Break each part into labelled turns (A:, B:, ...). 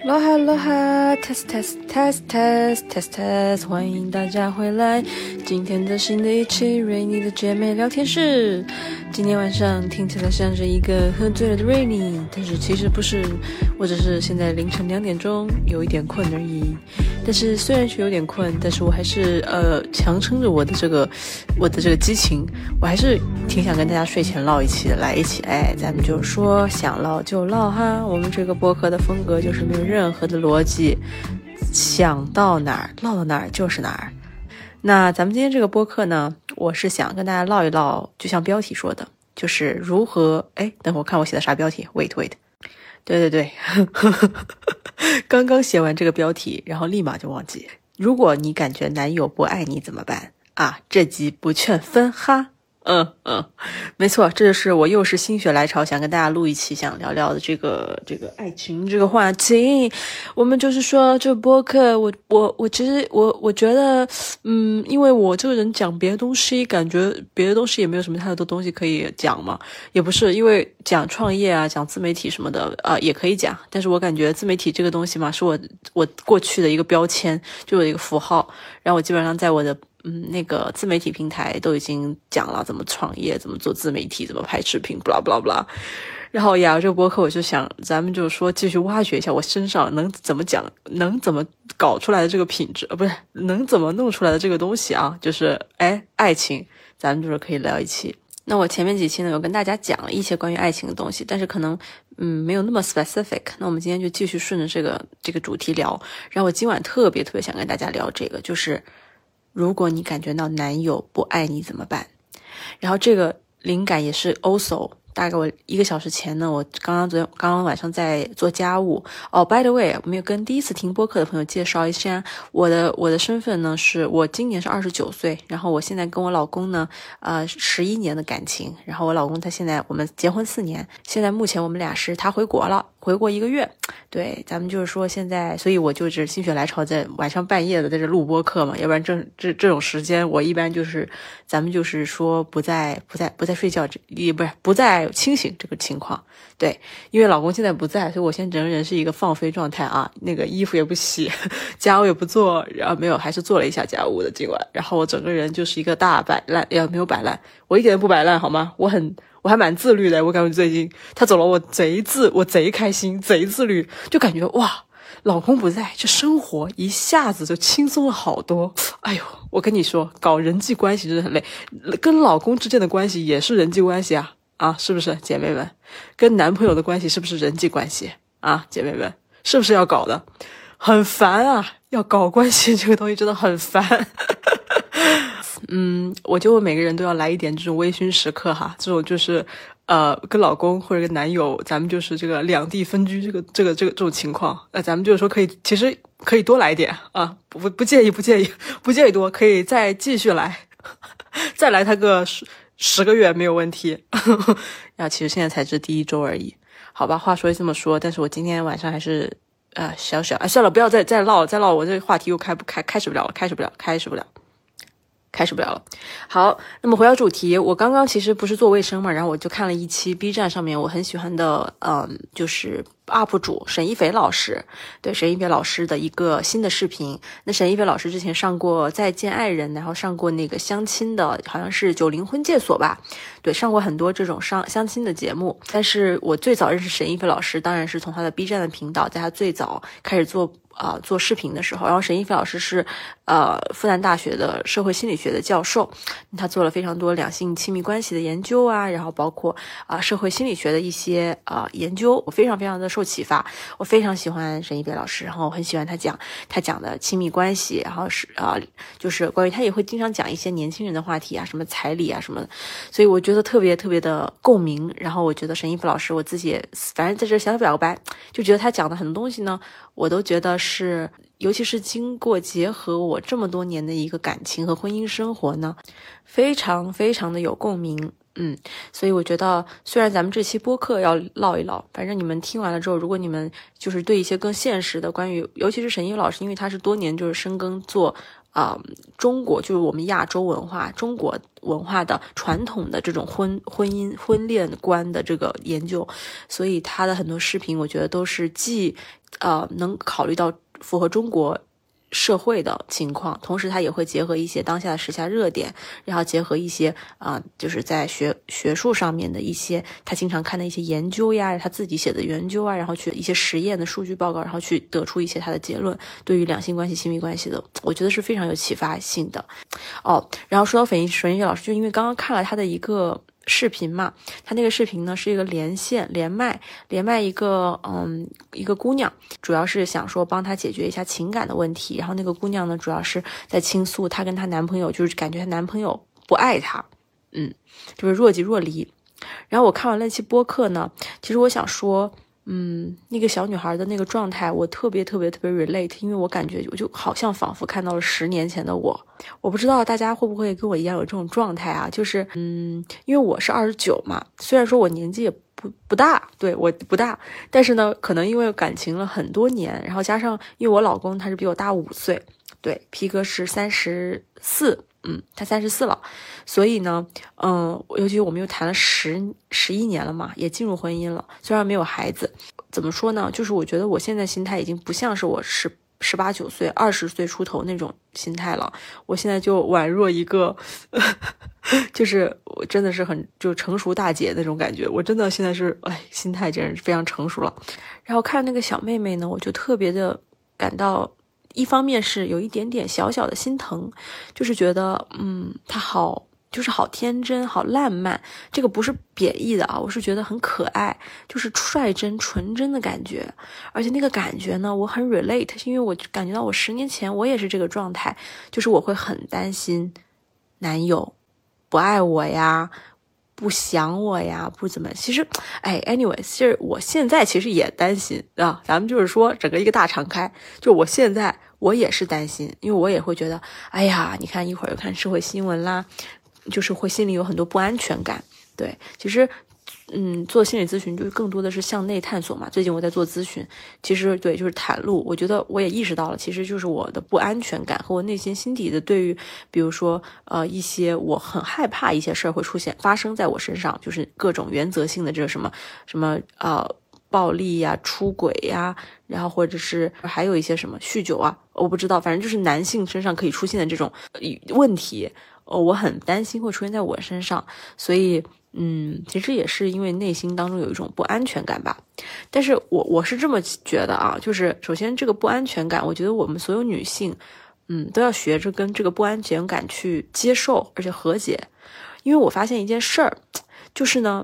A: 喽哈喽哈 test test test test test test 欢迎大家回来，今天的新的一期瑞妮的姐妹聊天室。今天晚上听起来像是一个喝醉了的瑞妮，但是其实不是，我只是现在凌晨2点钟有一点困而已。但是虽然是有点困，但是我还是强撑着我的这个激情，我还是挺想跟大家睡前唠一期的，来一起咱们就说想唠就唠哈。我们这个播客的风格就是没有任何的逻辑，想到哪儿唠到哪儿就是哪儿。那咱们今天这个播客呢，我是想跟大家唠一唠，就像标题说的，就是如何等会儿看我写的啥标题 wait 对刚刚写完这个标题，然后立马就忘记。如果你感觉男友不爱你怎么办啊？这集不劝分哈。没错，这就是我又是心血来潮想跟大家录一期，想聊聊的这个爱情这个话题。我们就是说这播客，我其实我觉得，因为我这个人讲别的东西，感觉别的东西也没有什么太多东西可以讲嘛，也不是因为讲创业啊，讲自媒体什么的也可以讲，但是我感觉自媒体这个东西嘛，是我过去的一个标签，就有一个符号，然后我基本上在我的那个自媒体平台都已经讲了怎么创业，怎么做自媒体，怎么拍视频 blah blah blah。 然后这个播客我就想咱们就是说继续挖掘一下我身上能怎么讲，能怎么搞出来的这个品质，不是能怎么弄出来的这个东西啊，就是爱情，咱们就是可以聊一期。那我前面几期呢有跟大家讲了一些关于爱情的东西，但是可能没有那么 specific。 那我们今天就继续顺着这个主题聊。然后我今晚特别想跟大家聊这个，就是如果你感觉到男友不爱你怎么办？然后这个灵感也是 also 大概我1个小时前呢，我刚刚晚上在做家务。by the way， 我们有跟第一次听播客的朋友介绍一下，我的身份呢是我今年是29岁，然后我现在跟我老公呢11年的感情，然后我老公他现在我们结婚4年，现在目前我们俩是他回国1个月。对，咱们就是说现在，所以我就是心血来潮在晚上半夜的在这录播客嘛，要不然这种时间我一般就是咱们就是说不在睡觉，也不在清醒这个情况。对，因为老公现在不在，所以我现在整个人是一个放飞状态啊，那个衣服也不洗，家务也不做，然后没有，还是做了一下家务的今晚，然后我整个人就是一个大摆烂，没有摆烂，我一点都不摆烂好吗？我还蛮自律的，我感觉最近他走了，我贼开心，贼自律，就感觉哇，老公不在，这生活一下子就轻松了好多。哎呦，我跟你说，搞人际关系真的很累，跟老公之间的关系也是人际关系啊，是不是姐妹们？跟男朋友的关系是不是人际关系啊，姐妹们？是不是要搞的？很烦啊，要搞关系这个东西真的很烦。我觉得我每个人都要来一点这种微醺时刻哈，这种就是跟老公或者跟男友，咱们就是这个两地分居这种情况，咱们就是说其实可以多来一点啊，不介意多，可以再继续来，再来他个10个月没有问题。其实现在才是第1周而已，好吧，话说这么说，但是我今天晚上还是算了，不要再唠，我这个话题又开始不了。好，那么回到主题，我刚刚其实不是做卫生嘛，然后我就看了一期 B 站上面我很喜欢的就是 UP 主沈一菲老师，对，沈一菲老师的一个新的视频。那沈一菲老师之前上过再见爱人，然后上过那个相亲的，好像是90婚介所吧，对，上过很多这种相亲的节目。但是我最早认识沈一菲老师当然是从他的 B 站的频道，在他最早开始做视频的时候，然后沈一菲老师是复旦大学的社会心理学的教授，他做了非常多两性亲密关系的研究啊，然后包括社会心理学的一些研究，我非常的受启发，我非常喜欢沈一菲老师，然后我很喜欢他讲的亲密关系，然后是就是关于他也会经常讲一些年轻人的话题啊，什么彩礼啊什么的，所以我觉得特别的共鸣。然后我觉得沈一菲老师我自己也反正在这小表白，就觉得他讲的很多东西呢，我都觉得是，尤其是经过结合我这么多年的一个感情和婚姻生活呢，非常的有共鸣。所以我觉得虽然咱们这期播客要唠一唠，反正你们听完了之后，如果你们就是对一些更现实的关于，尤其是沈一菲老师，因为他是多年就是深耕做中国就是我们亚洲文化、中国文化的传统的这种婚恋观的这个研究，所以他的很多视频我觉得都是既能考虑到符合中国社会的情况，同时他也会结合一些当下的时下热点，然后结合一些就是在学术上面的一些他经常看的一些研究呀，他自己写的研究啊，然后去一些实验的数据报告，然后去得出一些他的结论，对于两性关系、亲密关系的，我觉得是非常有启发性的。然后说到水银老师，就因为刚刚看了他的一个视频嘛，他那个视频呢是一个连麦一个姑娘，主要是想说帮她解决一下情感的问题，然后那个姑娘呢主要是在倾诉她跟她男朋友，就是感觉她男朋友不爱她，就是若即若离。然后我看完那期播客呢，其实我想说那个小女孩的那个状态我特别 relate， 因为我感觉我就好像仿佛看到了10年前的我不知道大家会不会跟我一样有这种状态啊，就是因为我是29嘛，虽然说我年纪也不大，对，我不大，但是呢可能因为感情了很多年，然后加上因为我老公他是比我大5岁，对，皮哥是34，他34了，所以呢尤其我们又谈了11年了嘛，也进入婚姻了，虽然没有孩子，怎么说呢，就是我觉得我现在心态已经不像是我18、19岁20岁出头那种心态了，我现在就宛若一个就是我真的是就成熟大姐那种感觉，我真的现在是心态真是非常成熟了。然后看那个小妹妹呢，我就特别的感到，一方面是有一点点小小的心疼，就是觉得她就是好天真好烂漫，这个不是贬义的啊，我是觉得很可爱，就是率真纯真的感觉。而且那个感觉呢我很 relate， 因为我感觉到我10年前我也是这个状态，就是我会很担心男友不爱我呀，不想我呀，不怎么，其实anyways， 其实我现在其实也担心啊，咱们就是说整个一个大敞开，就我现在我也是担心，因为我也会觉得你看一会儿又看社会新闻啦，就是会心里有很多不安全感。对，其实做心理咨询就是更多的是向内探索嘛，最近我在做咨询，其实对，就是袒露，我觉得我也意识到了，其实就是我的不安全感和我内心心底的对于比如说一些我很害怕一些事儿会发生在我身上，就是各种原则性的这个什么暴力呀、出轨呀，然后或者是还有一些什么酗酒啊，我不知道，反正就是男性身上可以出现的这种问题，我很担心会出现在我身上，所以其实也是因为内心当中有一种不安全感吧。但是我是这么觉得啊，就是首先这个不安全感，我觉得我们所有女性都要学着跟这个不安全感去接受，而且和解。因为我发现一件事儿，就是呢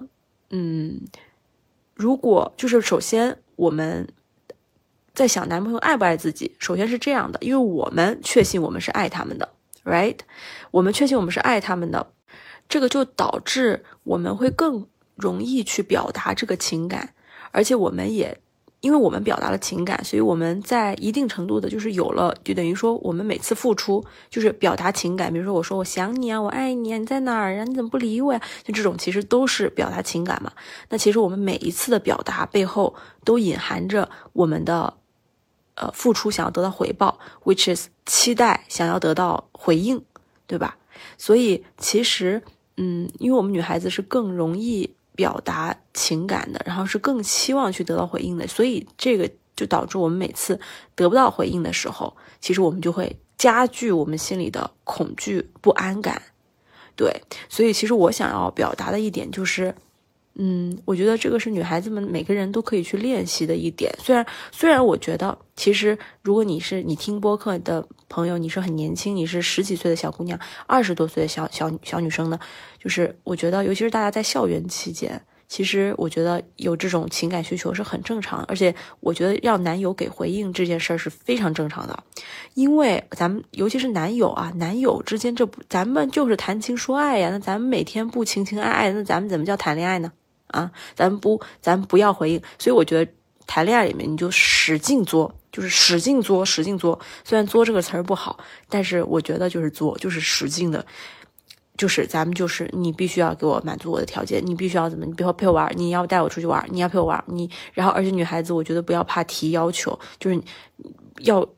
A: 如果就是首先我们在想男朋友爱不爱自己，首先是这样的，因为我们确信我们是爱他们的 right， 我们确信我们是爱他们的，这个就导致我们会更容易去表达这个情感，而且我们也因为我们表达了情感，所以我们在一定程度的就是有了，就等于说我们每次付出就是表达情感，比如说我说我想你啊，我爱你啊，你在哪儿啊，你怎么不理我呀，就这种其实都是表达情感嘛。那其实我们每一次的表达背后都隐含着我们的付出想要得到回报 which is 期待想要得到回应，对吧？所以其实因为我们女孩子是更容易表达情感的，然后是更期望去得到回应的，所以这个就导致我们每次得不到回应的时候，其实我们就会加剧我们心里的恐惧不安感。对，所以其实我想要表达的一点就是我觉得这个是女孩子们每个人都可以去练习的一点。虽然我觉得其实如果你听播客的朋友，你是很年轻，你是10几岁的小姑娘，20多岁的小女生呢，就是我觉得尤其是大家在校园期间，其实我觉得有这种情感需求是很正常的，而且我觉得让男友给回应这件事儿是非常正常的。因为咱们尤其是男友之间，咱们就是谈情说爱呀，那咱们每天不情情爱爱，那咱们怎么叫谈恋爱呢？咱们不要回应。所以我觉得谈恋爱里面你就使劲作，就是使劲作。虽然作这个词儿不好，但是我觉得就是作，就是使劲的，就是咱们就是你必须要给我满足我的条件，你必须要怎么，你比如说陪我玩，你要带我出去玩，你要陪我玩，然后而且女孩子我觉得不要怕提要求，就是要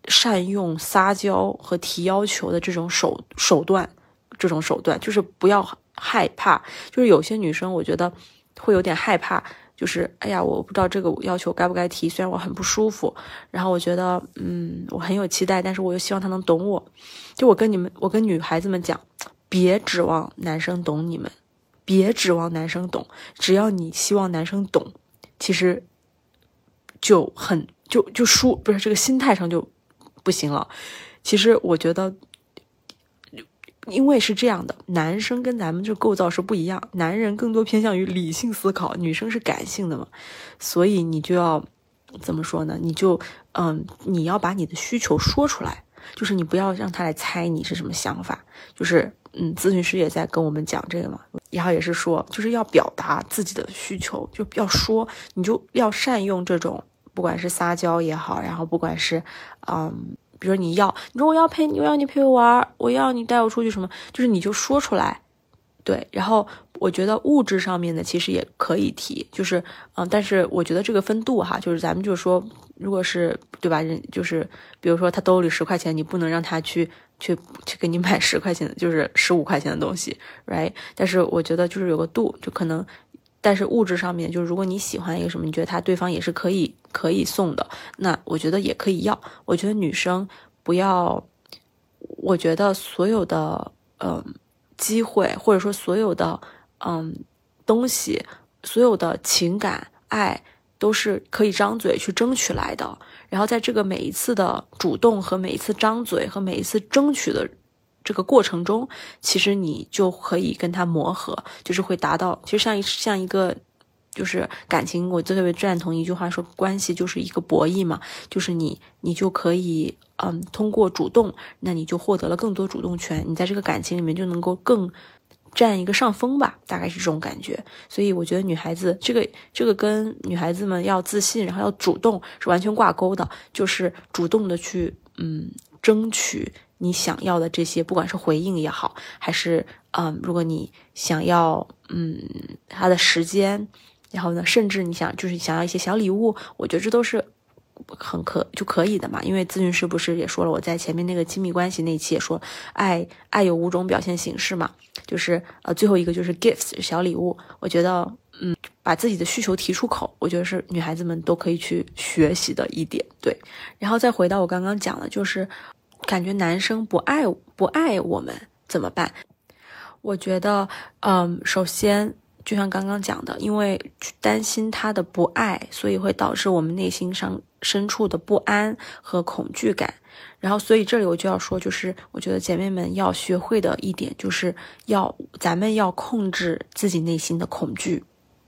A: 善用撒娇和提要求的这种手段，就是不要害怕。就是有些女生我觉得会有点害怕，就是哎呀，我不知道这个要求该不该提，虽然我很不舒服，然后我觉得我很有期待，但是我又希望他能懂我。就我跟女孩子们讲，别指望男生懂你们，别指望男生懂，只要你希望男生懂，其实就输，不是这个心态上就不行了。其实我觉得因为是这样的，男生跟咱们这构造是不一样，男人更多偏向于理性思考，女生是感性的嘛，所以你就要怎么说呢？你要把你的需求说出来，就是你不要让他来猜你是什么想法。就是咨询师也在跟我们讲这个嘛，然后也是说，就是要表达自己的需求，就要说，你就要善用这种，不管是撒娇也好，然后不管是比如你说我要你陪我玩，我要你带我出去什么，就是你就说出来。对，然后我觉得物质上面的其实也可以提，就是但是我觉得这个分度哈，就是咱们就是说，如果是对吧，就是比如说他兜里10块钱，你不能让他去给你买10块钱的，就是15块钱的东西 ，right？ 但是我觉得就是有个度，就可能，但是物质上面，就是如果你喜欢一个什么，你觉得对方也是可以送的，那我觉得也可以要。我觉得女生不要，我觉得所有的机会，或者说所有的东西，所有的情感爱都是可以张嘴去争取来的。然后在这个每一次的主动和每一次张嘴和每一次争取的这个过程中，其实你就可以跟他磨合，就是会达到，其实像一个就是感情，我特别赞同一句话说，关系就是一个博弈嘛，就是你就可以通过主动，那你就获得了更多主动权，你在这个感情里面就能够更占一个上风吧，大概是这种感觉。所以我觉得女孩子这个跟女孩子们要自信，然后要主动是完全挂钩的，就是主动的去争取你想要的这些，不管是回应也好，还是如果你想要他的时间，然后呢，甚至你想要一些小礼物，我觉得这都是就可以的嘛。因为咨询师不是也说了，我在前面那个亲密关系那期也说，爱有5种表现形式嘛，就是最后一个就是 gifts 小礼物。我觉得把自己的需求提出口，我觉得是女孩子们都可以去学习的一点。对，然后再回到我刚刚讲的，就是感觉男生不爱我们怎么办？我觉得首先就像刚刚讲的，因为担心他的不爱，所以会导致我们内心上深处的不安和恐惧感。然后所以这里我就要说，就是我觉得姐妹们要学会的一点，就是咱们要控制自己内心的恐惧，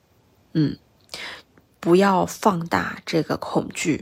A: 不要放大这个恐惧，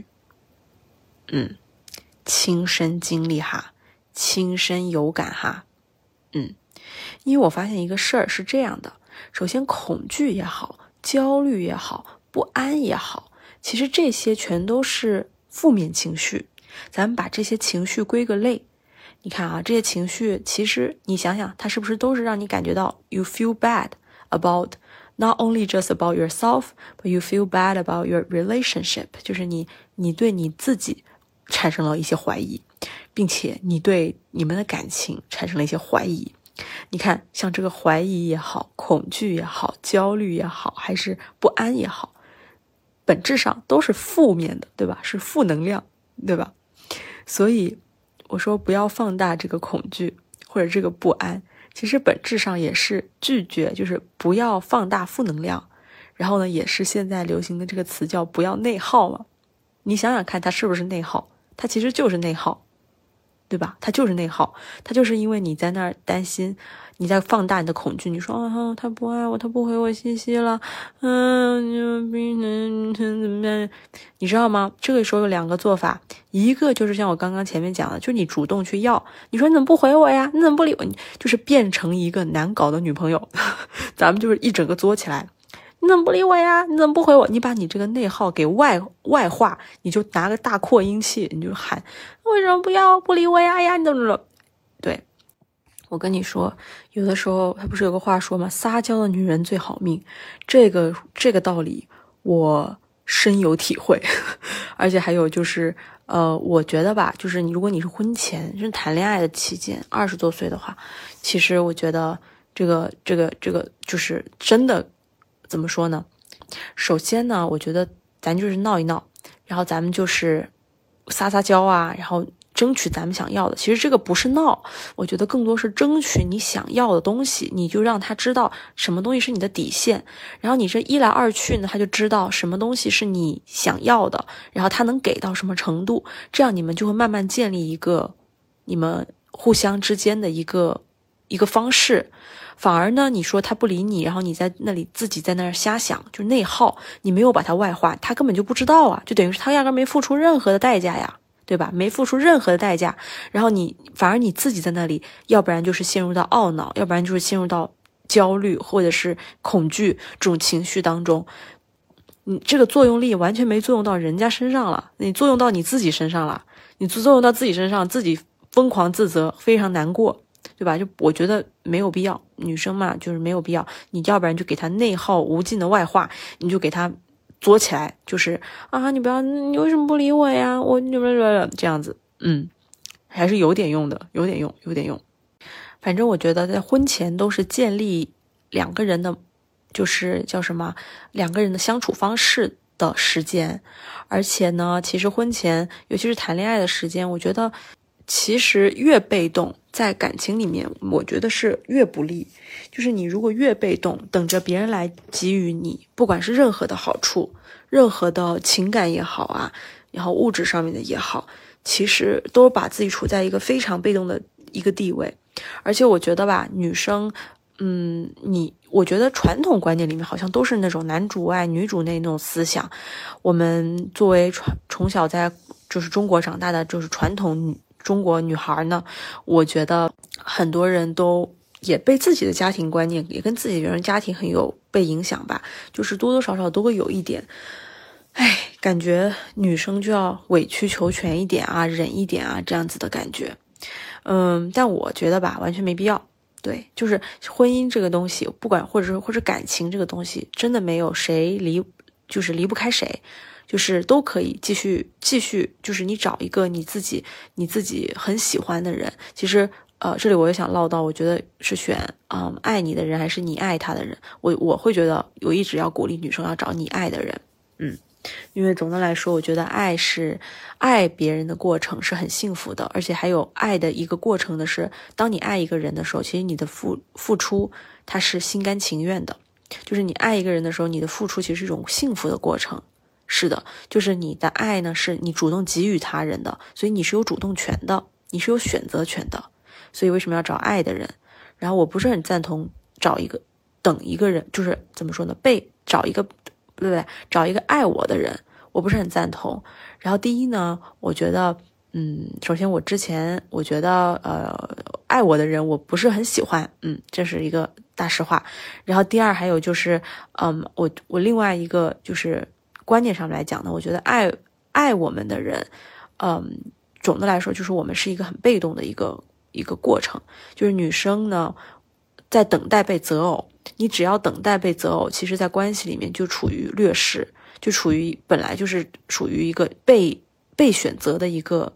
A: 亲身经历哈，亲身有感哈，因为我发现一个事儿是这样的，首先恐惧也好，焦虑也好，不安也好，其实这些全都是负面情绪。咱们把这些情绪归个类，你看啊，这些情绪其实你想想，它是不是都是让你感觉到 you feel bad about not only just about yourself, but you feel bad about your relationship， 就是你对你自己产生了一些怀疑，并且你对你们的感情产生了一些怀疑。你看，像这个怀疑也好，恐惧也好，焦虑也好，还是不安也好，本质上都是负面的，对吧？是负能量，对吧？所以我说不要放大这个恐惧或者这个不安，其实本质上也是拒绝，就是不要放大负能量。然后呢，也是现在流行的这个词叫不要内耗嘛。你想想看，它是不是内耗？它其实就是内耗，对吧？它就是内耗，它就是因为你在那儿担心，你在放大你的恐惧，你说他不爱我，他不回我信息了，怎么办？你知道吗？这个时候有2个做法，一个就是像我刚刚前面讲的，就是你主动去要，你说你怎么不回我呀？你怎么不理我？就是变成一个难搞的女朋友，咱们就是一整个作起来。你怎么不理我呀？你怎么不回我？你把你这个内耗给外化，你就拿个大扩音器，你就喊为什么不理我呀？哎呀，你怎么？对，我跟你说，有的时候他不是有个话说吗？撒娇的女人最好命。这个道理，我深有体会。而且还有就是我觉得吧，就是如果你是婚前就是谈恋爱的期间20多岁的话，其实我觉得这个就是真的怎么说呢，首先呢，我觉得咱就是闹一闹，然后咱们就是撒撒娇啊，然后争取咱们想要的。其实这个不是闹，我觉得更多是争取你想要的东西，你就让他知道什么东西是你的底线，然后你这一来二去呢，他就知道什么东西是你想要的，然后他能给到什么程度，这样你们就会慢慢建立一个你们互相之间的一个方式。反而呢，你说他不理你，然后你在那里自己在那儿瞎想，就内耗，你没有把他外化，他根本就不知道啊，就等于是他压根没付出任何的代价呀，对吧？没付出任何的代价，然后反而你自己在那里，要不然就是陷入到懊恼，要不然就是陷入到焦虑或者是恐惧这种情绪当中，你这个作用力完全没作用到人家身上了，你作用到你自己身上了，你作用到自己身上，自己疯狂自责，非常难过，对吧？就我觉得没有必要，女生嘛，就是没有必要。你要不然就给她内耗无尽的外化，你就给她作起来，就是啊，你为什么不理我呀？我这样子，还是有点用的，有点用。反正我觉得在婚前都是建立两个人的，就是叫什么，两个人的相处方式的时间。而且呢，其实婚前，尤其是谈恋爱的时间，我觉得其实越被动，在感情里面，我觉得是越不利。就是你如果越被动，等着别人来给予你，不管是任何的好处，任何的情感也好啊，然后物质上面的也好，其实都把自己处在一个非常被动的一个地位。而且我觉得吧，女生，我觉得传统观念里面好像都是那种男主外女主内那种思想。我们作为从小在就是中国长大的，就是传统中国女孩呢，我觉得很多人都也被自己的家庭观念，也跟自己原生家庭很有被影响吧，就是多多少少都会有一点，感觉女生就要委曲求全一点啊，忍一点啊，这样子的感觉。但我觉得吧，完全没必要。对，就是婚姻这个东西，不管或者感情这个东西，真的没有谁离不开谁，就是都可以继续，就是你找一个你自己很喜欢的人。其实这里我也想唠叨，我觉得是选爱你的人还是你爱他的人。我会觉得我一直要鼓励女生要找你爱的人。因为总的来说，我觉得爱别人的过程是很幸福的，而且还有爱的一个过程的是，当你爱一个人的时候，其实你的付出它是心甘情愿的，就是你爱一个人的时候，你的付出其实是一种幸福的过程。是的，就是你的爱呢，是你主动给予他人的，所以你是有主动权的，你是有选择权的。所以为什么要找爱的人？然后我不是很赞同等一个人，就是怎么说呢，找一个爱我的人，我不是很赞同。然后第一呢，我觉得首先我之前我觉得爱我的人我不是很喜欢，这是一个大实话。然后第二还有就是我另外一个就是观念上来讲呢，我觉得爱我们的人总的来说就是我们是一个很被动的一个过程。就是女生呢在等待被择偶，你只要等待被择偶，其实在关系里面就处于劣势，就本来就是属于一个被选择的一个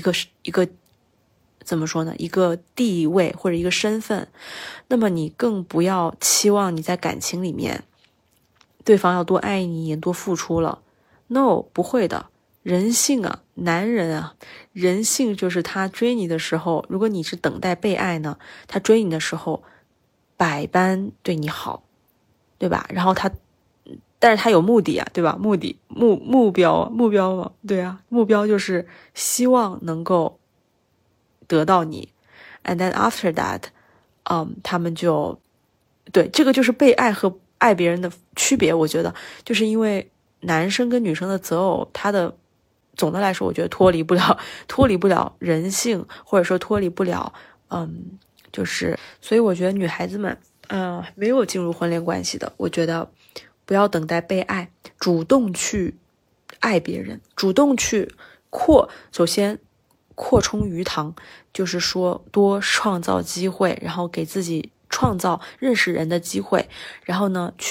A: 怎么说呢，一个地位或者一个身份。那么你更不要期望你在感情里面对方要多爱你也多付出了。 No， 不会的。人性啊，男人啊，人性就是他追你的时候，如果你是等待被爱呢，他追你的时候百般对你好，对吧？然后但是他有目的啊，对吧？目标嘛，对啊，目标就是希望能够得到你。 and then after that他们就对，这个就是被爱和爱别人的区别。我觉得就是因为男生跟女生的择偶，他的总的来说我觉得脱离不了人性，或者说脱离不了就是所以我觉得女孩子们没有进入婚恋关系的，我觉得不要等待被爱，主动去爱别人，主动去首先扩充鱼塘，就是说多创造机会，然后给自己创造认识人的机会，然后呢去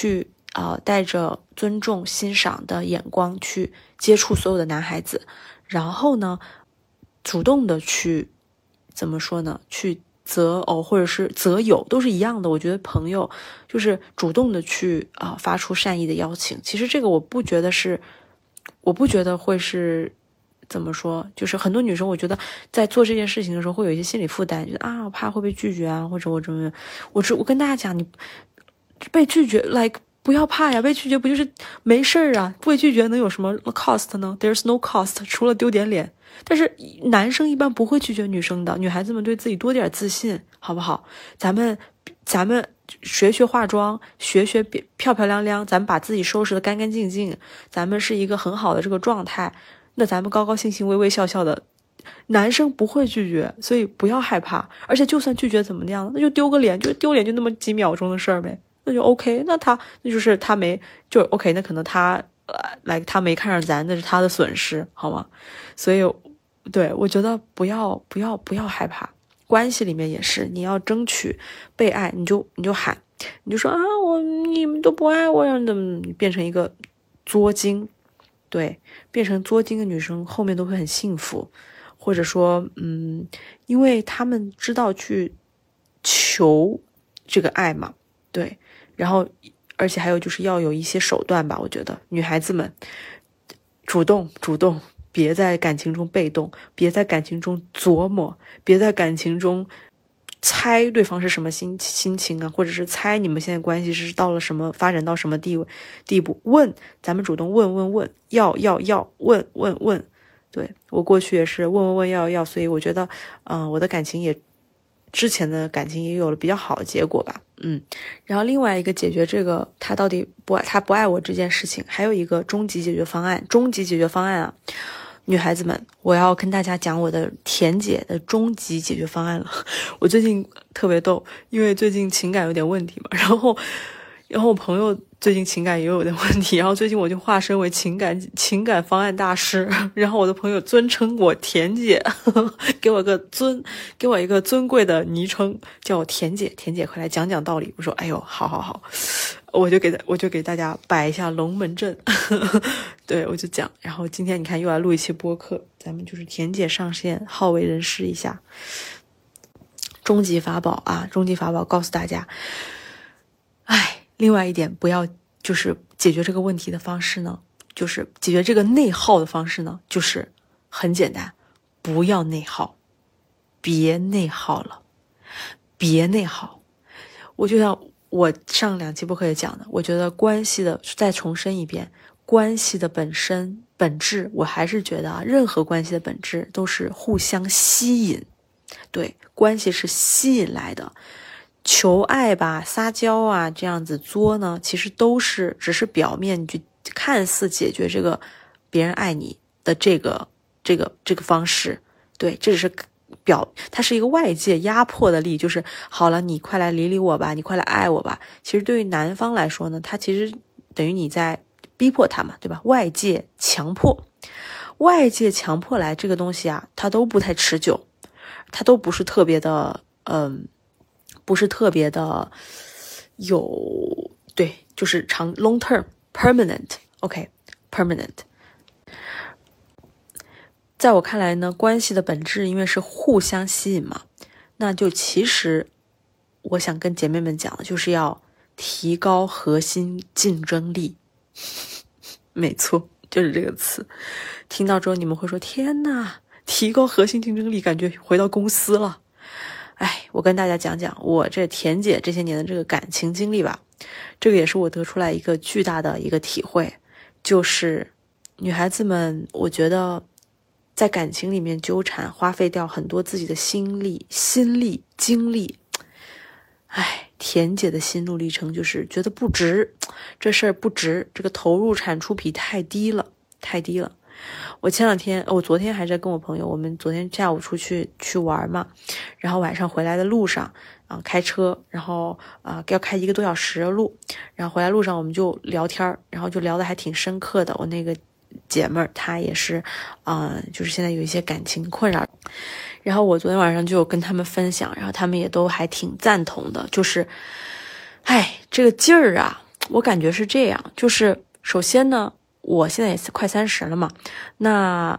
A: 带着尊重欣赏的眼光去接触所有的男孩子，然后呢主动的去怎么说呢，去择偶或者是择友都是一样的。我觉得朋友就是主动的去发出善意的邀请，其实这个我不觉得会是怎么说，就是很多女生我觉得在做这件事情的时候会有一些心理负担，觉得我怕会被拒绝啊，或者我跟大家讲，你被拒绝 like 不要怕呀，被拒绝不就是没事儿啊，被拒绝能有什么 cost 呢？ There's no cost， 除了丢点脸。但是男生一般不会拒绝女生的，女孩子们对自己多点自信好不好？咱们学化妆，学漂漂亮亮，咱们把自己收拾得干干净净，咱们是一个很好的这个状态，那咱们高高兴兴微微笑笑的，男生不会拒绝，所以不要害怕。而且就算拒绝怎么样，那就丢个脸，就丢脸就那么几秒钟的事儿呗，那就 OK。那就是他没就 OK， 那可能他没看上咱，那是他的损失，好吗？所以对，我觉得不要害怕。关系里面也是，你要争取被爱，你就喊，你就说你们都不爱我，让你变成一个作精，对，变成作精的女生后面都会很幸福，或者说因为他们知道去求这个爱嘛，对，然后而且还有就是要有一些手段吧，我觉得女孩子们主动。别在感情中被动，别在感情中琢磨，别在感情中猜对方是什么心情啊，或者是猜你们现在关系是到了什么，发展到什么地步。咱们主动问，要问。对，我过去也是问要，所以我觉得我的之前的感情也有了比较好的结果吧。然后另外一个解决这个他到底他不爱我这件事情，还有一个终极解决方案啊，女孩子们，我要跟大家讲我的甜姐的终极解决方案了。我最近特别逗，因为最近情感有点问题嘛，然后我朋友最近情感也有点问题，然后最近我就化身为情感方案大师，然后我的朋友尊称我甜姐，给我一个尊贵的昵称，叫我甜姐，快来讲讲道理。我说哎呦，好，我就给大家摆一下龙门阵，对，我就讲。然后今天你看又来录一期播客，咱们就是甜姐上线，好为人师一下。终极法宝告诉大家，另外一点就是解决这个问题的方式呢，就是解决这个内耗的方式呢，就是很简单，不要内耗，别内耗了，别内耗。我就像我上2期播客也讲的，我觉得关系的，再重申一遍，关系的本质，我还是觉得任何关系的本质都是互相吸引，对，关系是吸引来的。求爱吧，撒娇啊，这样子作呢，其实只是表面，你就看似解决这个别人爱你的这个方式，对，这只是它是一个外界压迫的力，就是好了，你快来理我吧，你快来爱我吧。其实对于男方来说呢，他其实等于你在逼迫他嘛，对吧？外界强迫来这个东西啊，它都不太持久，它都不是特别的对，就是long term permanent OK permanent。 在我看来呢，关系的本质因为是互相吸引嘛，那就其实我想跟姐妹们讲的就是要提高核心竞争力。没错，就是这个词。听到之后你们会说，天哪，提高核心竞争力，感觉回到公司了。我跟大家讲讲我这甜姐这些年的这个感情经历吧。这个也是我得出来一个巨大的一个体会，就是女孩子们，我觉得在感情里面纠缠，花费掉很多自己的心力、精力。甜姐的心路历程就是觉得不值，这事儿不值，这个投入产出比太低了。我昨天还在跟我朋友，我们昨天下午出去玩嘛，然后晚上回来的路上开车，然后要开1个多小时的路，然后回来路上我们就聊天，然后就聊得还挺深刻的。我那个姐妹儿她也是就是现在有一些感情困扰，然后我昨天晚上就有跟他们分享，然后他们也都还挺赞同的，就是这个劲儿啊， 我感觉是这样，就是首先呢，我现在也快30了嘛，那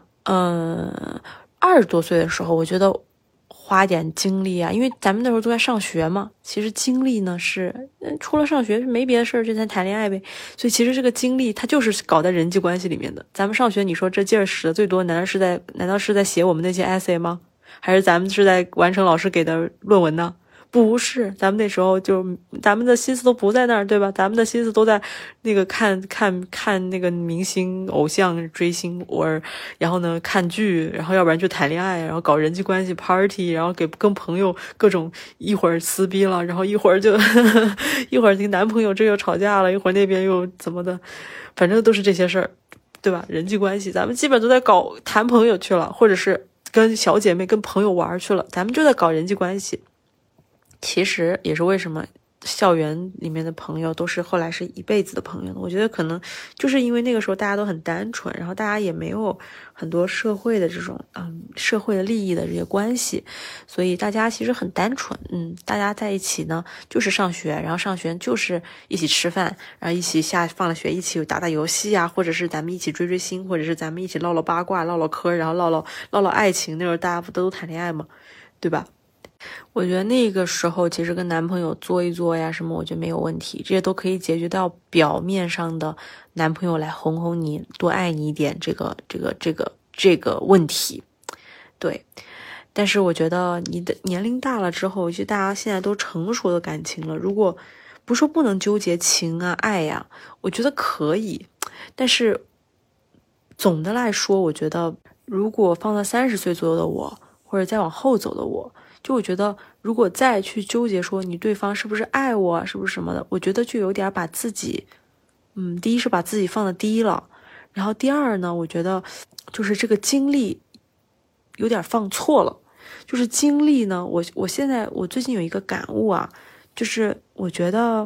A: 20多岁的时候，我觉得花点精力啊，因为咱们那时候都在上学嘛，其实精力呢是除了上学没别的事儿，就在谈恋爱呗。所以其实这个精力它就是搞在人际关系里面的。咱们上学，你说这劲儿使的最多，难道是在写我们那些 essay 吗？还是咱们是在完成老师给的论文呢？不是，咱们那时候咱们的心思都不在那儿，对吧？咱们的心思都在那个看那个明星偶像追星，然后呢看剧，然后要不然就谈恋爱，然后搞人际关系 party， 然后跟朋友各种一会儿撕逼了，然后一会儿就一会儿跟男朋友这又吵架了，一会儿那边又怎么的，反正都是这些事儿，对吧？人际关系咱们基本都在谈朋友去了，或者是跟小姐妹跟朋友玩去了，咱们就在搞人际关系。其实也是为什么校园里面的朋友都是后来是一辈子的朋友呢？我觉得可能就是因为那个时候大家都很单纯，然后大家也没有很多社会的这种社会的利益的这些关系，所以大家其实很单纯。大家在一起呢就是上学，然后上学就是一起吃饭，然后一起放了学一起打打游戏啊，或者是咱们一起追星，或者是咱们一起唠唠八卦唠唠嗑，然后唠唠爱情。那时候大家不都谈恋爱嘛，对吧？我觉得那个时候其实跟男朋友作一作呀什么，我觉得没有问题，这些都可以解决到表面上的男朋友来哄哄你，多爱你一点这个问题。对，但是我觉得你的年龄大了之后，其实大家现在都成熟的感情了，如果不说不能纠结情啊爱呀，我觉得可以，但是总的来说，我觉得如果放到30岁左右的我，或者再往后走的我，就我觉得如果再去纠结说你对方是不是爱我，是不是什么的，我觉得就有点把自己第一是把自己放得低了，然后第二呢，我觉得就是这个精力有点放错了。就是精力呢，我最近有一个感悟啊，就是我觉得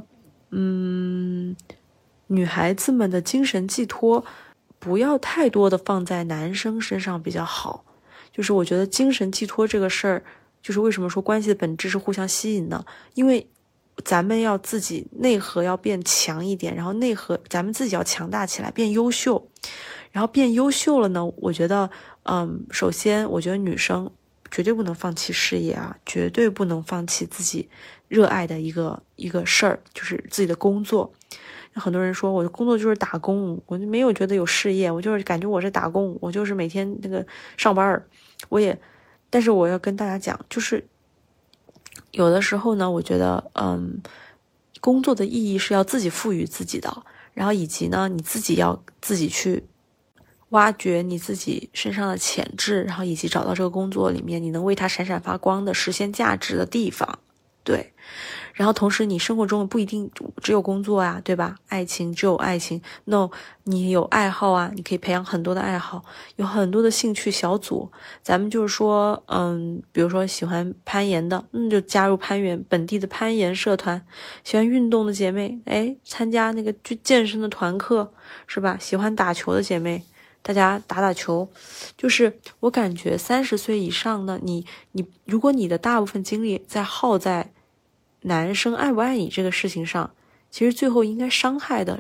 A: 女孩子们的精神寄托不要太多的放在男生身上比较好。就是我觉得精神寄托这个事儿，就是为什么说关系的本质是互相吸引呢？因为咱们要自己内核要变强一点，然后咱们自己要强大起来，变优秀。然后变优秀了呢，我觉得首先我觉得女生绝对不能放弃事业啊，绝对不能放弃自己热爱的一个事儿，就是自己的工作。很多人说我的工作就是打工，我就没有觉得有事业，我就是感觉我是打工，我就是每天那个上班。但是我要跟大家讲，就是有的时候呢，我觉得工作的意义是要自己赋予自己的，然后以及呢你自己要自己去挖掘你自己身上的潜质，然后以及找到这个工作里面你能为它闪闪发光的实现价值的地方。对，然后同时你生活中不一定只有工作啊，对吧？爱情只有爱情 ，no， 你有爱好啊，你可以培养很多的爱好，有很多的兴趣小组。咱们就是说，比如说喜欢攀岩的，就加入本地的攀岩社团；喜欢运动的姐妹，参加那个去健身的团课，是吧？喜欢打球的姐妹，大家打打球。就是我感觉30岁以上呢，如果你的大部分精力耗在男生爱不爱你这个事情上，其实最后应该伤害的，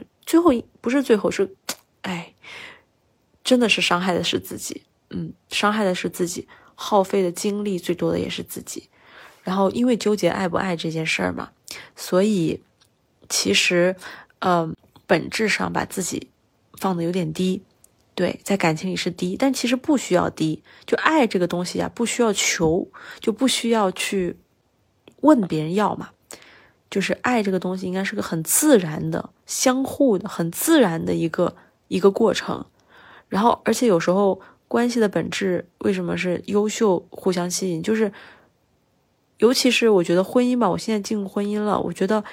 A: 真的是伤害的是自己，伤害的是自己，耗费的精力最多的也是自己。然后因为纠结爱不爱这件事儿嘛，所以其实本质上把自己放得有点低。对，在感情里是低，但其实不需要低。就爱这个东西啊，不需要求，就不需要去问别人要嘛。就是爱这个东西应该是个很自然的、相互的、很自然的一个过程。然后，而且有时候关系的本质为什么是优秀、互相吸引？就是尤其是我觉得婚姻吧，我现在进入婚姻了，我觉得，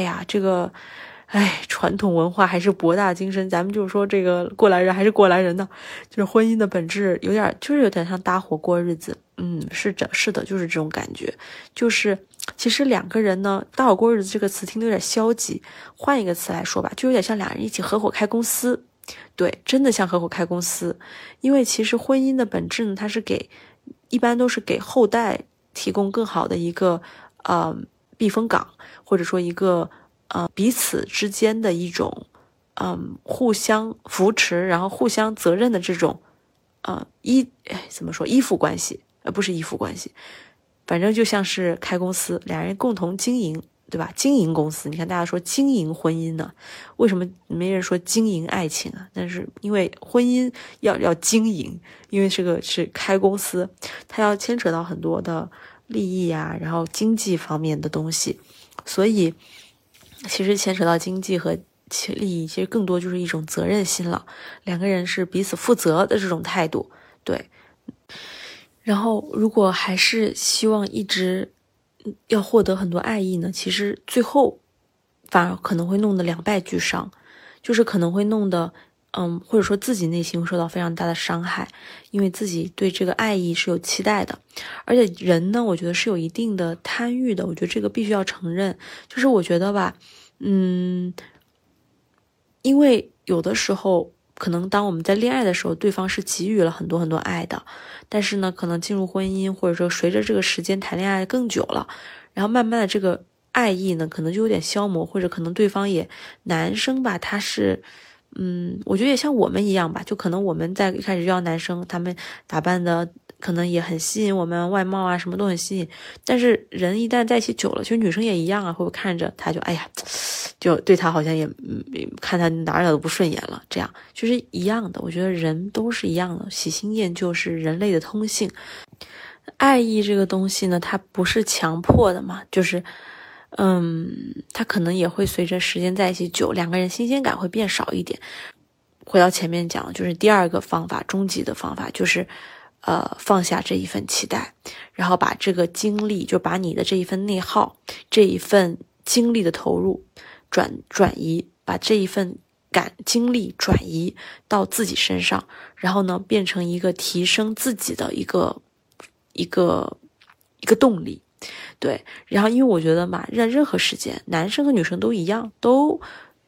A: 传统文化还是博大精深，咱们就是说这个过来人还是过来人呢。就是婚姻的本质有点像搭伙过日子，是的，就是这种感觉。就是其实两个人呢，搭伙过日子这个词听得有点消极，换一个词来说吧，就有点像两人一起合伙开公司。对，真的像合伙开公司。因为其实婚姻的本质呢，它是一般都是给后代提供更好的一个避风港，或者说一个彼此之间的一种互相扶持，然后互相责任的这种怎么说依附关系，不是依附关系，反正就像是开公司，两人共同经营，对吧？经营公司，你看大家说经营婚姻呢，为什么没人说经营爱情啊？但是因为婚姻要经营，因为这个是开公司，它要牵扯到很多的利益啊，然后经济方面的东西，所以其实牵扯到经济和利益，其实更多就是一种责任心了，两个人是彼此负责的这种态度，对。然后如果还是希望一直要获得很多爱意呢，其实最后反而可能会弄得两败俱伤，就是可能会弄得或者说自己内心会受到非常大的伤害，因为自己对这个爱意是有期待的，而且人呢，我觉得是有一定的贪欲的，我觉得这个必须要承认，就是我觉得吧，因为有的时候可能当我们在恋爱的时候，对方是给予了很多很多爱的，但是呢，可能进入婚姻或者说随着这个时间谈恋爱更久了，然后慢慢的这个爱意呢，可能就有点消磨，或者可能对方也男生吧，他是我觉得也像我们一样吧，就可能我们在一开始遇到男生，他们打扮的可能也很吸引我们，外貌啊什么都很吸引，但是人一旦在一起久了，其实女生也一样啊，会不会看着他就哎呀，就对他好像也看他哪都不顺眼了，这样就是一样的。我觉得人都是一样的，喜新厌旧是人类的通性。爱意这个东西呢，它不是强迫的嘛，就是它可能也会随着时间在一起久，两个人新鲜感会变少一点。回到前面讲，就是第二个方法，终极的方法就是放下这一份期待，然后把这个精力，就把你的这一份内耗，这一份精力的投入转移，把这一份精力转移到自己身上，然后呢，变成一个提升自己的一个动力。对，然后因为我觉得嘛，任何时间，男生和女生都一样，都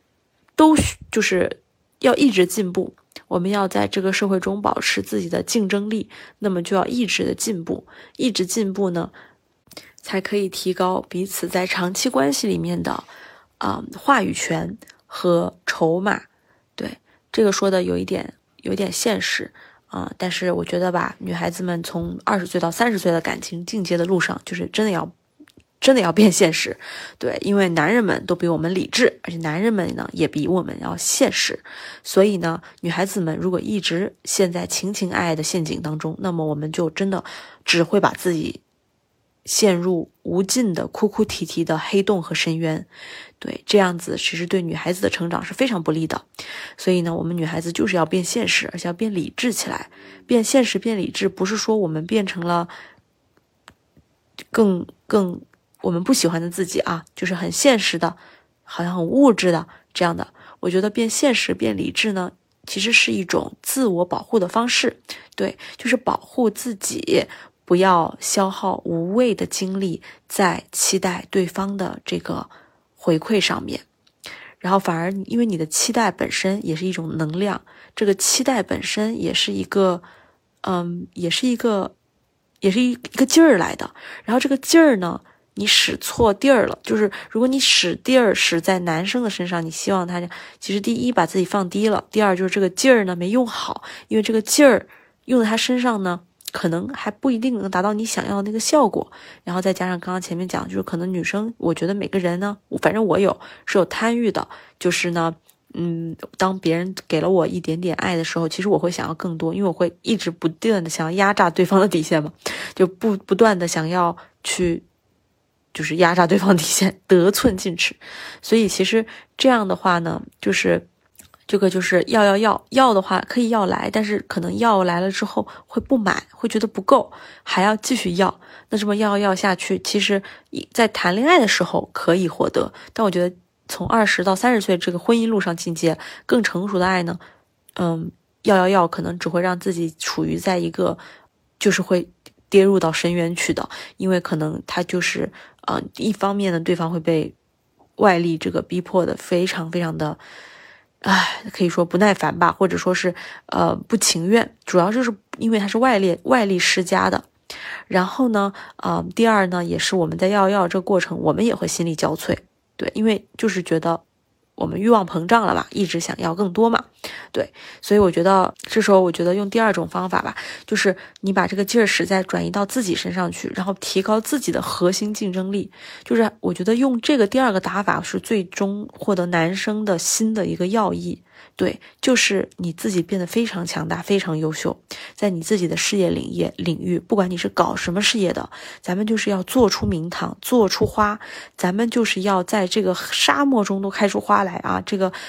A: 就是要一直进步。我们要在这个社会中保持自己的竞争力，那么就要一直的进步，一直进步呢，才可以提高彼此在长期关系里面的话语权和筹码。对，这个说的有一点现实但是我觉得吧，女孩子们从20岁到30岁的感情进阶的路上，就是真的要变现实。对，因为男人们都比我们理智，而且男人们呢也比我们要现实，所以呢，女孩子们如果一直陷在情爱的陷阱当中，那么我们就真的只会把自己陷入无尽的哭哭啼啼的黑洞和深渊。对，这样子其实对女孩子的成长是非常不利的。所以呢，我们女孩子就是要变现实，而且要变理智起来。变现实变理智，不是说我们变成了更我们不喜欢的自己啊，就是很现实的，好像很物质的这样的。我觉得变现实变理智呢，其实是一种自我保护的方式。对，就是保护自己，不要消耗无谓的精力在期待对方的这个回馈上面，然后反而因为你的期待本身也是一种能量，这个期待本身也是一个劲儿来的。然后这个劲儿呢，你使错地儿了，就是如果你使地儿使在男生的身上，你希望他其实第一把自己放低了，第二就是这个劲儿呢没用好，因为这个劲儿用在他身上呢，可能还不一定能达到你想要的那个效果。然后再加上刚刚前面讲，就是可能女生，我觉得每个人呢，反正我是有贪欲的，就是呢当别人给了我一点点爱的时候，其实我会想要更多，因为我会一直不断的想要压榨对方的底线嘛，就不断的想要去就是压榨对方底线，得寸进尺。所以其实这样的话呢，就是这个就是要的话可以要来，但是可能要来了之后会不满，会觉得不够，还要继续要。那这么要下去，其实在谈恋爱的时候可以获得，但我觉得从20到30岁这个婚姻路上进阶更成熟的爱呢，要可能只会让自己处于在一个就是会跌入到深渊去的，因为可能他就是一方面呢，对方会被外力这个逼迫的非常非常的可以说不耐烦吧，或者说是不情愿，主要就是因为它是外力施加的。然后呢第二呢，也是我们在要这个过程，我们也会心力交瘁。 对，因为就是觉得我们欲望膨胀了嘛，一直想要更多嘛，对，所以我觉得这时候我觉得用第二种方法吧，就是你把这个劲儿使在转移到自己身上去，然后提高自己的核心竞争力，就是我觉得用这个第二个打法是最终获得男生的心的一个要义。对，就是你自己变得非常强大，非常优秀，在你自己的事业领域，不管你是搞什么事业的，咱们就是要做出名堂，做出花，咱们就是要在这个沙漠中都开出花来啊！这个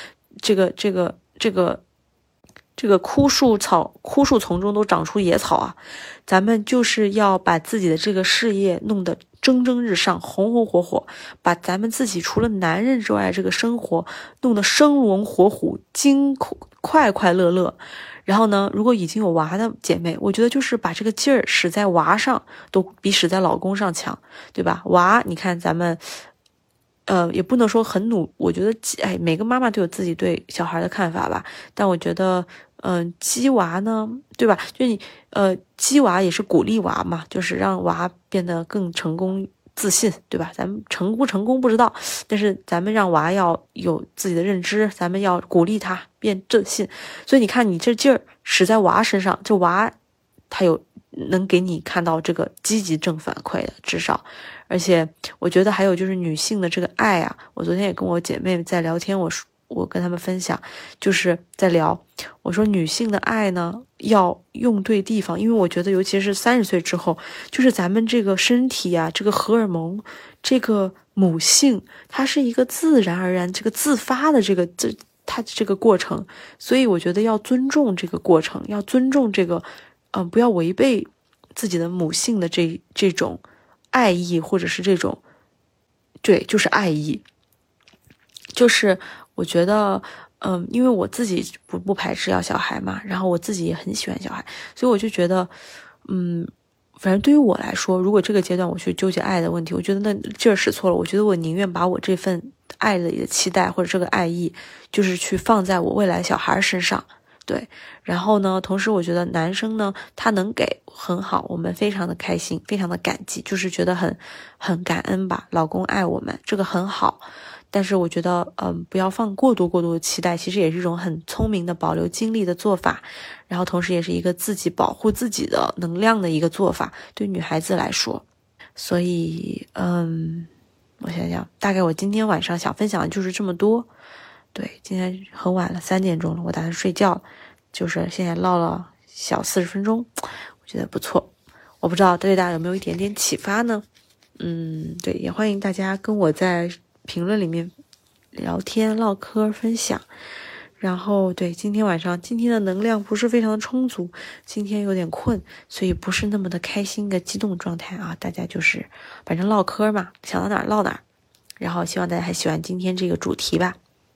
A: 枯树丛中都长出野草啊！咱们就是要把自己的这个事业弄得蒸蒸日上，红红火火，把咱们自己除了男人之外这个生活弄得生龙活虎，快快乐乐。然后呢，如果已经有娃的姐妹，我觉得就是把这个劲儿使在娃上，都比使在老公上强，对吧？娃，你看咱们。也不能说很我觉得每个妈妈都有自己对小孩的看法吧，但我觉得鸡娃呢，对吧？就你鸡娃也是鼓励娃嘛，就是让娃变得更成功自信，对吧？咱们成不成功不知道，但是咱们让娃要有自己的认知，咱们要鼓励他变自信。所以你看你这劲儿使在娃身上，这娃他有能给你看到这个积极正反馈的，至少。而且我觉得还有就是女性的这个爱啊，我昨天也跟我姐妹在聊天，我跟她们分享，就是在聊，我说女性的爱呢要用对地方，因为我觉得尤其是30岁之后，就是咱们这个身体啊，这个荷尔蒙，这个母性，它是一个自然而然这个自发的它这个过程，所以我觉得要尊重这个过程，要尊重这个不要违背自己的母性的这种爱意，或者是这种，对，就是爱意，就是我觉得，因为我自己不排斥要小孩嘛，然后我自己也很喜欢小孩，所以我就觉得，反正对于我来说，如果这个阶段我去纠结爱的问题，我觉得那劲儿使错了，我觉得我宁愿把我这份爱里的期待或者这个爱意，就是去放在我未来小孩身上。对，然后呢，同时我觉得男生呢，他能给很好，我们非常的开心，非常的感激，就是觉得很感恩吧，老公爱我们，这个很好。但是我觉得，不要放过多的期待，其实也是一种很聪明的保留精力的做法，然后同时也是一个自己保护自己的能量的一个做法，对女孩子来说。所以，我想想，大概我今天晚上想分享的就是这么多。对，今天很晚了，3点钟了，我打算睡觉了，就是现在唠了小40分钟，我觉得不错。我不知道对大家有没有一点点启发呢？对，也欢迎大家跟我在评论里面聊天、唠嗑、分享。然后对，今天的能量不是非常的充足，今天有点困，所以不是那么的开心的激动状态啊。大家就是反正唠嗑嘛，想到哪儿唠哪儿。然后希望大家还喜欢今天这个主题吧。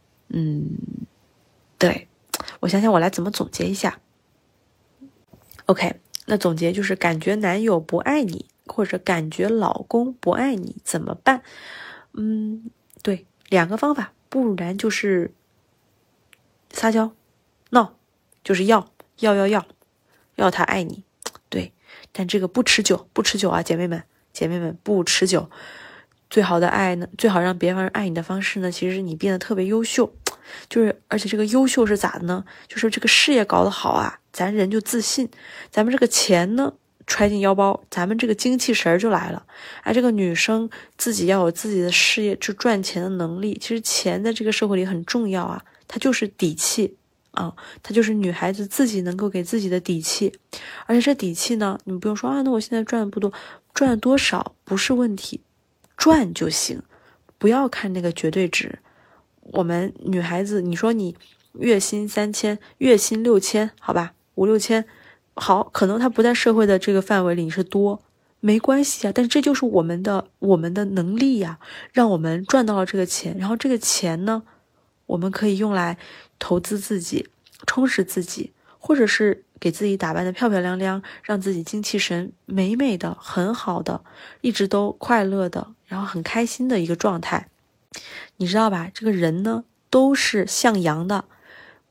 A: 对，我想想我来怎么总结一下。OK， 那总结就是感觉男友不爱你，或者感觉老公不爱你怎么办？对，2个方法，不然就是撒娇闹，就是要他爱你。对，但这个不持久啊，姐妹们不持久。最好的爱呢，最好让别人爱你的方式呢，其实是你变得特别优秀，就是而且这个优秀是咋的呢？就是这个事业搞得好啊，咱人就自信，咱们这个钱呢揣进腰包，咱们这个精气神就来了。这个女生自己要有自己的事业去赚钱的能力，其实钱在这个社会里很重要啊，它就是底气啊，它就是女孩子自己能够给自己的底气。而且这底气呢，你不用说那我现在赚的不多，赚多少不是问题。赚就行，不要看那个绝对值。我们女孩子，你说你月薪3000，月薪6000，好吧，5、6千，好，可能它不在社会的这个范围里是多，没关系啊。但是这就是我们的能力呀，让我们赚到了这个钱，然后这个钱呢，我们可以用来投资自己，充实自己，或者是给自己打扮得漂漂亮亮，让自己精气神美美的，很好的，一直都快乐的，然后很开心的一个状态。你知道吧，这个人呢都是向阳的，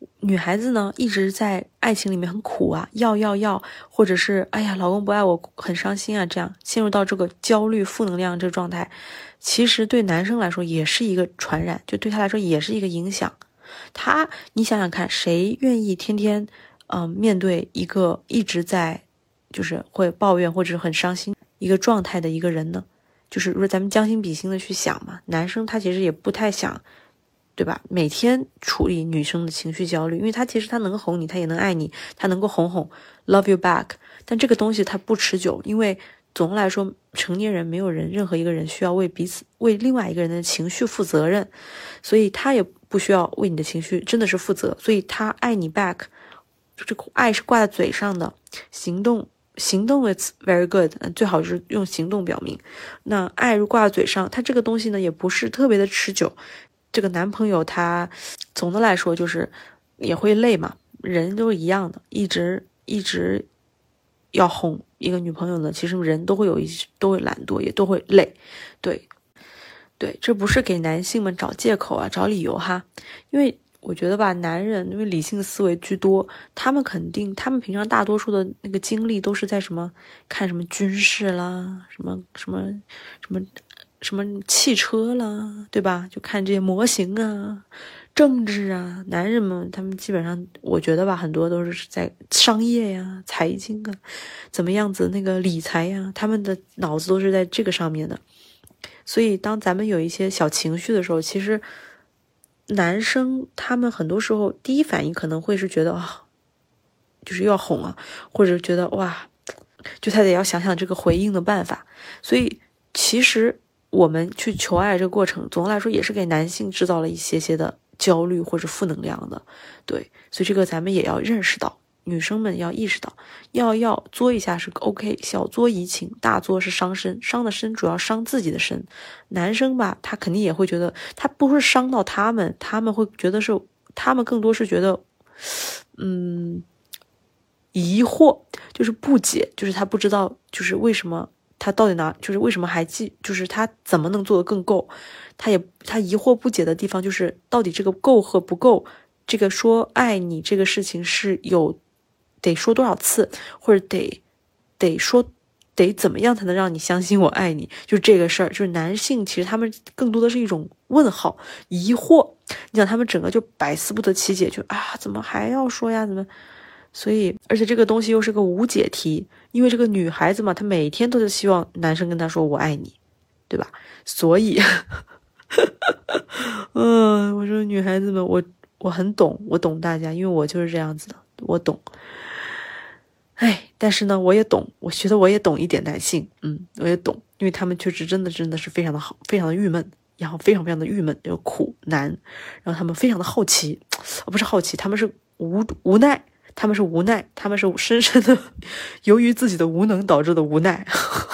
A: 女孩子呢一直在爱情里面很苦啊，要，或者是哎呀老公不爱我很伤心啊，这样陷入到这个焦虑负能量这个状态，其实对男生来说也是一个传染，就对他来说也是一个影响。你想想看，谁愿意天天面对一个一直在就是会抱怨或者是很伤心一个状态的一个人呢？就是如果咱们将心比心的去想嘛，男生他其实也不太想，对吧？每天处理女生的情绪焦虑，因为他其实他能哄你，他也能爱你，他能够哄 love you back， 但这个东西它不持久，因为总的来说成年人没有任何一个人需要为另外一个人的情绪负责任，所以他也不需要为你的情绪真的是负责，所以他爱你 back， 这个爱是挂在嘴上的，行动 it's very good， 最好是用行动表明。那爱如挂在嘴上，它这个东西呢也不是特别的持久。这个男朋友他总的来说就是也会累嘛，人都是一样的，一直要哄一个女朋友呢，其实人都会懒惰，也都会累。对，这不是给男性们找借口啊，找理由哈，因为我觉得吧，男人因为理性思维居多，他们平常大多数的那个精力都是在看什么军事啦，什么汽车啦，对吧？就看这些模型啊，政治啊，男人们他们基本上，我觉得吧，很多都是在商业呀、财经啊，怎么样子那个理财呀，他们的脑子都是在这个上面的。所以当咱们有一些小情绪的时候，其实男生他们很多时候第一反应可能会是觉得就是要哄啊，或者觉得哇，就他得要想想这个回应的办法。所以其实我们去求爱这个过程，总的来说也是给男性制造了一些的焦虑或者负能量的。对，所以这个咱们也要认识到，女生们要意识到，要作一下是 OK， 小作怡情，大作是伤身，伤的身主要伤自己的身。男生吧，他肯定也会觉得，他不是伤到他们会觉得他们更多是觉得，疑惑，就是不解，就是他不知道，就是为什么他到底就是为什么就是他怎么能做得更够？他疑惑不解的地方就是到底这个够和不够，这个说爱你这个事情是得说多少次，或者得怎么样才能让你相信我爱你？就这个事儿，就是男性其实他们更多的是一种问号、疑惑。你想他们整个就百思不得其解，就怎么还要说呀？怎么？所以，而且这个东西又是个无解题，因为这个女孩子嘛，她每天都是希望男生跟她说我爱你，对吧？所以，我说女孩子们，我很懂，我懂大家，因为我就是这样子的，我懂。但是呢，我也懂，我觉得我也懂一点男性，我也懂，因为他们确实真的是非常的好，非常的郁闷，然后非常非常的郁闷，就苦难，然后他们非常的好奇，不是好奇，他们是无奈。他们是无奈，他们是深深的由于自己的无能导致的无奈。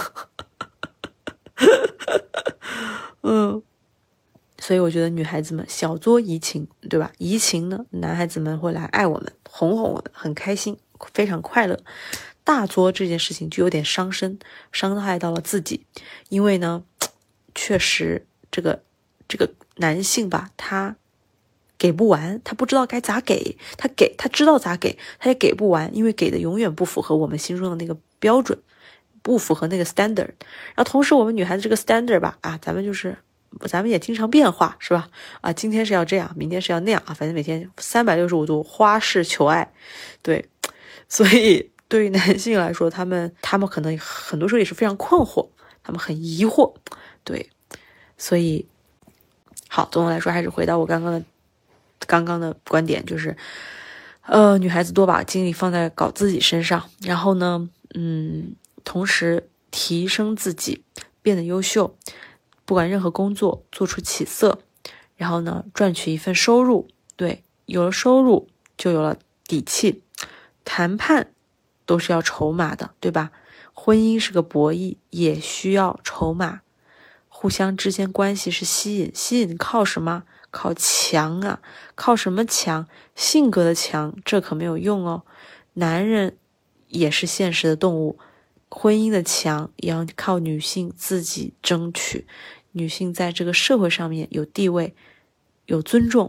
A: 所以我觉得女孩子们小作怡情，对吧？怡情呢，男孩子们会来爱我们，哄我们，很开心，非常快乐。大作这件事情就有点伤身，伤害到了自己，因为呢，确实这个男性吧，他给不完，他不知道该咋给，他知道咋给，他也给不完，因为给的永远不符合我们心中的那个标准，不符合那个 standard。然后同时我们女孩子这个 standard 吧，咱们也经常变化，是吧？今天是要这样，明天是要那样反正每天365度花式求爱，对。所以对于男性来说，他们可能很多时候也是非常困惑，他们很疑惑，对。所以好，总的来说还是回到我刚刚的观点，就是女孩子多把精力放在搞自己身上，然后呢同时提升自己，变得优秀，不管任何工作做出起色，然后呢赚取一份收入，对，有了收入就有了底气，谈判都是要筹码的，对吧？婚姻是个博弈，也需要筹码，互相之间关系是吸引靠什么？靠强啊，靠什么强？性格的强，这可没有用哦。男人也是现实的动物，婚姻的强也要靠女性自己争取。女性在这个社会上面有地位，有尊重，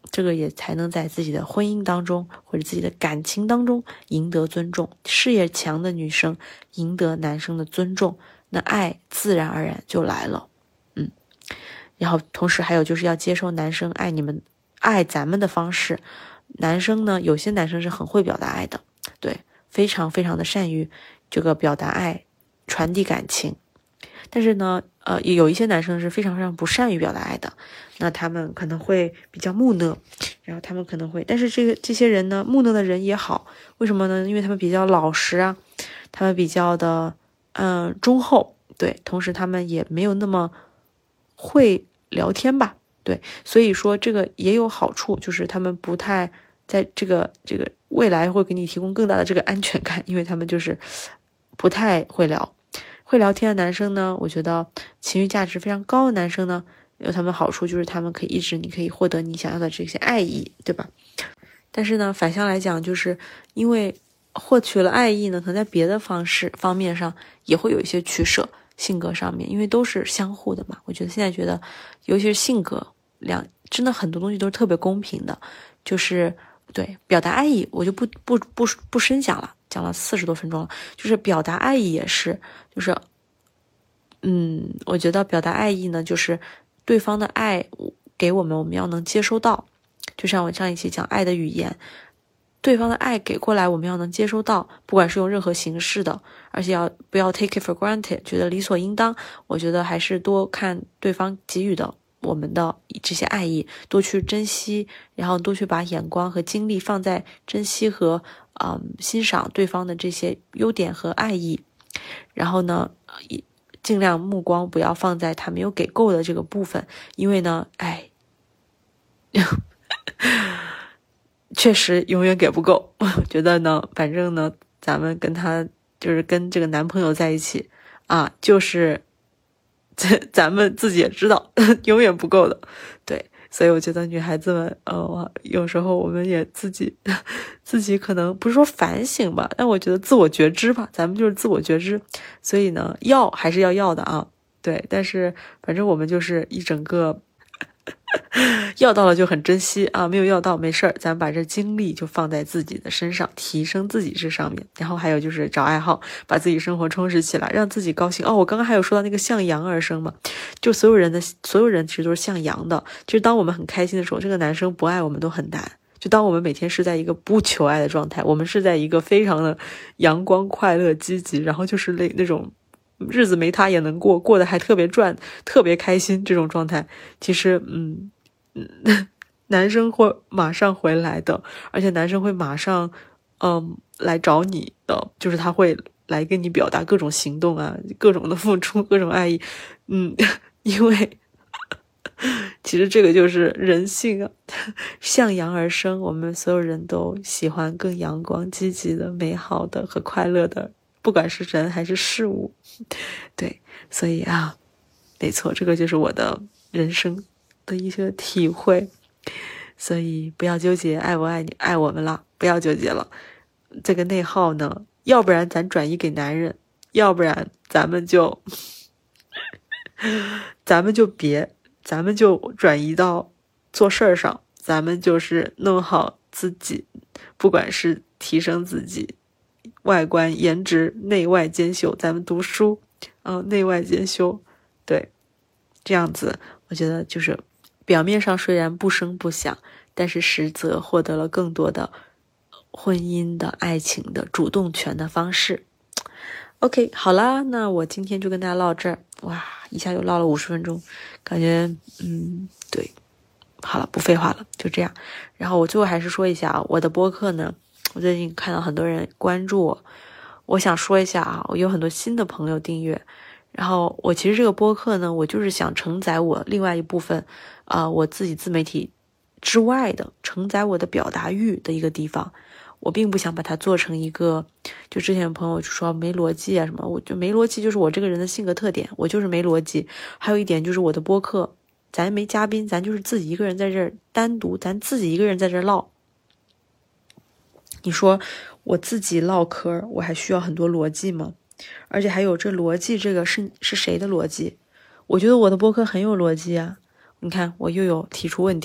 A: 这个也才能在自己的婚姻当中或者自己的感情当中赢得尊重。事业强的女生赢得男生的尊重，那爱自然而然就来了。然后同时还有就是要接受男生爱咱们的方式。男生呢，有些男生是很会表达爱的，对，非常非常的善于这个表达爱，传递感情。但是呢，也有一些男生是非常非常不善于表达爱的，那他们可能会比较木讷，然后他们可能会，但是这些人呢，木讷的人也好，为什么呢？因为他们比较老实啊，他们比较的忠厚，对，同时他们也没有那么会聊天吧，对，所以说这个也有好处，就是他们不太在这个未来会给你提供更大的这个安全感，因为他们就是不太会聊。会聊天的男生呢，我觉得情绪价值非常高的男生呢，有他们好处，就是他们可以你可以获得你想要的这些爱意，对吧？但是呢，反向来讲，就是因为获取了爱意呢，可能在别的方面上也会有一些取舍，性格上面，因为都是相互的嘛。我觉得，尤其是性格真的很多东西都是特别公平的，就是对表达爱意，我就不深讲了，讲了40多分钟了，就是表达爱意也是，就是我觉得表达爱意呢，就是对方的爱给我们要能接收到，就像我上一期讲爱的语言，对方的爱给过来，我们要能接收到，不管是用任何形式的，而且不要 take it for granted， 觉得理所应当。我觉得还是多看对方给予的我们的这些爱意，多去珍惜，然后多去把眼光和精力放在珍惜和欣赏对方的这些优点和爱意，然后呢，尽量目光不要放在他没有给够的这个部分，因为呢，确实永远给不够。我觉得呢，反正呢，咱们跟这个男朋友在一起啊，就是咱们自己也知道永远不够的，对，所以我觉得女孩子们，有时候我们也自己可能不是说反省吧，但我觉得自我觉知吧，咱们就是自我觉知，所以呢，还是要的啊，对，但是反正我们就是一整个要到了就很珍惜啊，没有要到没事儿，咱把这精力就放在自己的身上，提升自己这上面。然后还有就是找爱好，把自己生活充实起来，让自己高兴。我刚刚还有说到那个向阳而生嘛，就所有人其实都是向阳的。其实当我们很开心的时候，这个男生不爱我们都很难。就当我们每天是在一个不求爱的状态，我们是在一个非常的阳光、快乐、积极，然后就是那种日子没他也能过得还特别赚，特别开心这种状态，其实男生会马上回来的，而且男生会马上来找你的，就是他会来跟你表达各种行动啊，各种的付出，各种爱意，因为其实这个就是人性啊，向阳而生，我们所有人都喜欢更阳光、积极的、美好的和快乐的，不管是人还是事物，对，所以啊，没错，这个就是我的人生的一些体会，所以不要纠结爱不爱你，爱我们了，不要纠结了。这个内耗呢，要不然咱转移给男人，要不然咱们就转移到做事儿上，咱们就是弄好自己，不管是提升自己外观颜值内外兼修，咱们读书内外兼修，对，这样子我觉得就是表面上虽然不声不响，但是实则获得了更多的婚姻的爱情的主动权的方式。OK， 好啦，那我今天就跟大家唠这儿，哇，一下又唠了50分钟，感觉对，好了，不废话了，就这样。然后我最后还是说一下啊，我的播客呢，我最近看到很多人关注我想说一下啊，我有很多新的朋友订阅，然后我其实这个播客呢，我就是想承载我另外一部分我自己自媒体之外的，承载我的表达欲的一个地方。我并不想把它做成一个，就之前有朋友就说没逻辑啊什么，我就没逻辑，就是我这个人的性格特点，我就是没逻辑。还有一点就是我的播客，咱没嘉宾，咱就是自己一个人在这儿单独，咱自己一个人在这儿唠。你说我自己唠嗑，我还需要很多逻辑吗？而且还有这逻辑，这个是谁的逻辑？我觉得我的播客很有逻辑啊。你看，我又有提出问题，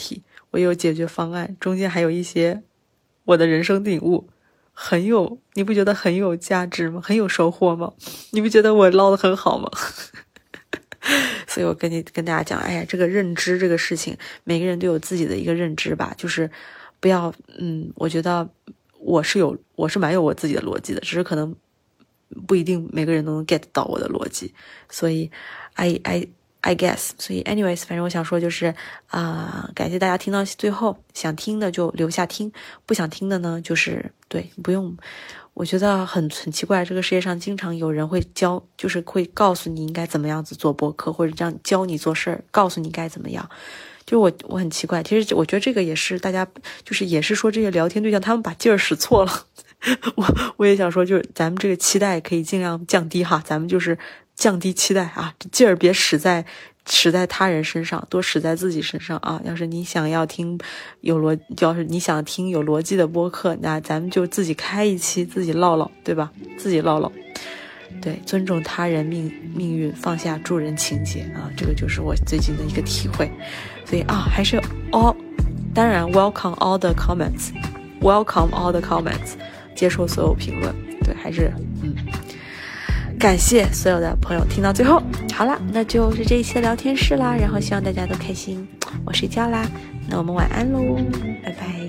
A: 我也有解决方案，中间还有一些我的人生领悟，你不觉得很有价值吗？很有收获吗？你不觉得我唠得很好吗？所以我跟大家讲，哎呀，这个认知这个事情，每个人都有自己的一个认知吧，就是不要，我觉得我是蛮有我自己的逻辑的，只是可能不一定每个人都能 get 到我的逻辑，所以 I guess， 所以 anyways， 反正我想说就是感谢大家听到最后，想听的就留下听，不想听的呢就是对，不用。我觉得很奇怪，这个世界上经常有人会就是会告诉你应该怎么样子做播客，或者这样教你做事儿，告诉你该怎么样。就我很奇怪，其实我觉得这个也是大家就是也是说这些聊天对象他们把劲儿使错了。我也想说，就是咱们这个期待可以尽量降低哈，咱们就是降低期待啊，这劲儿别使在他人身上，多使在自己身上啊！要是你想要听要是你想听有逻辑的播客，那咱们就自己开一期，自己唠唠，对吧？自己唠唠，对，尊重他人命运，放下助人情节啊，这个就是我最近的一个体会。所以还是当然 welcome all the comments，welcome all the comments， 接受所有评论，对，还是感谢所有的朋友听到最后。好了，那就是这一期的聊天室啦，然后希望大家都开心。我睡觉啦，那我们晚安喽，拜拜。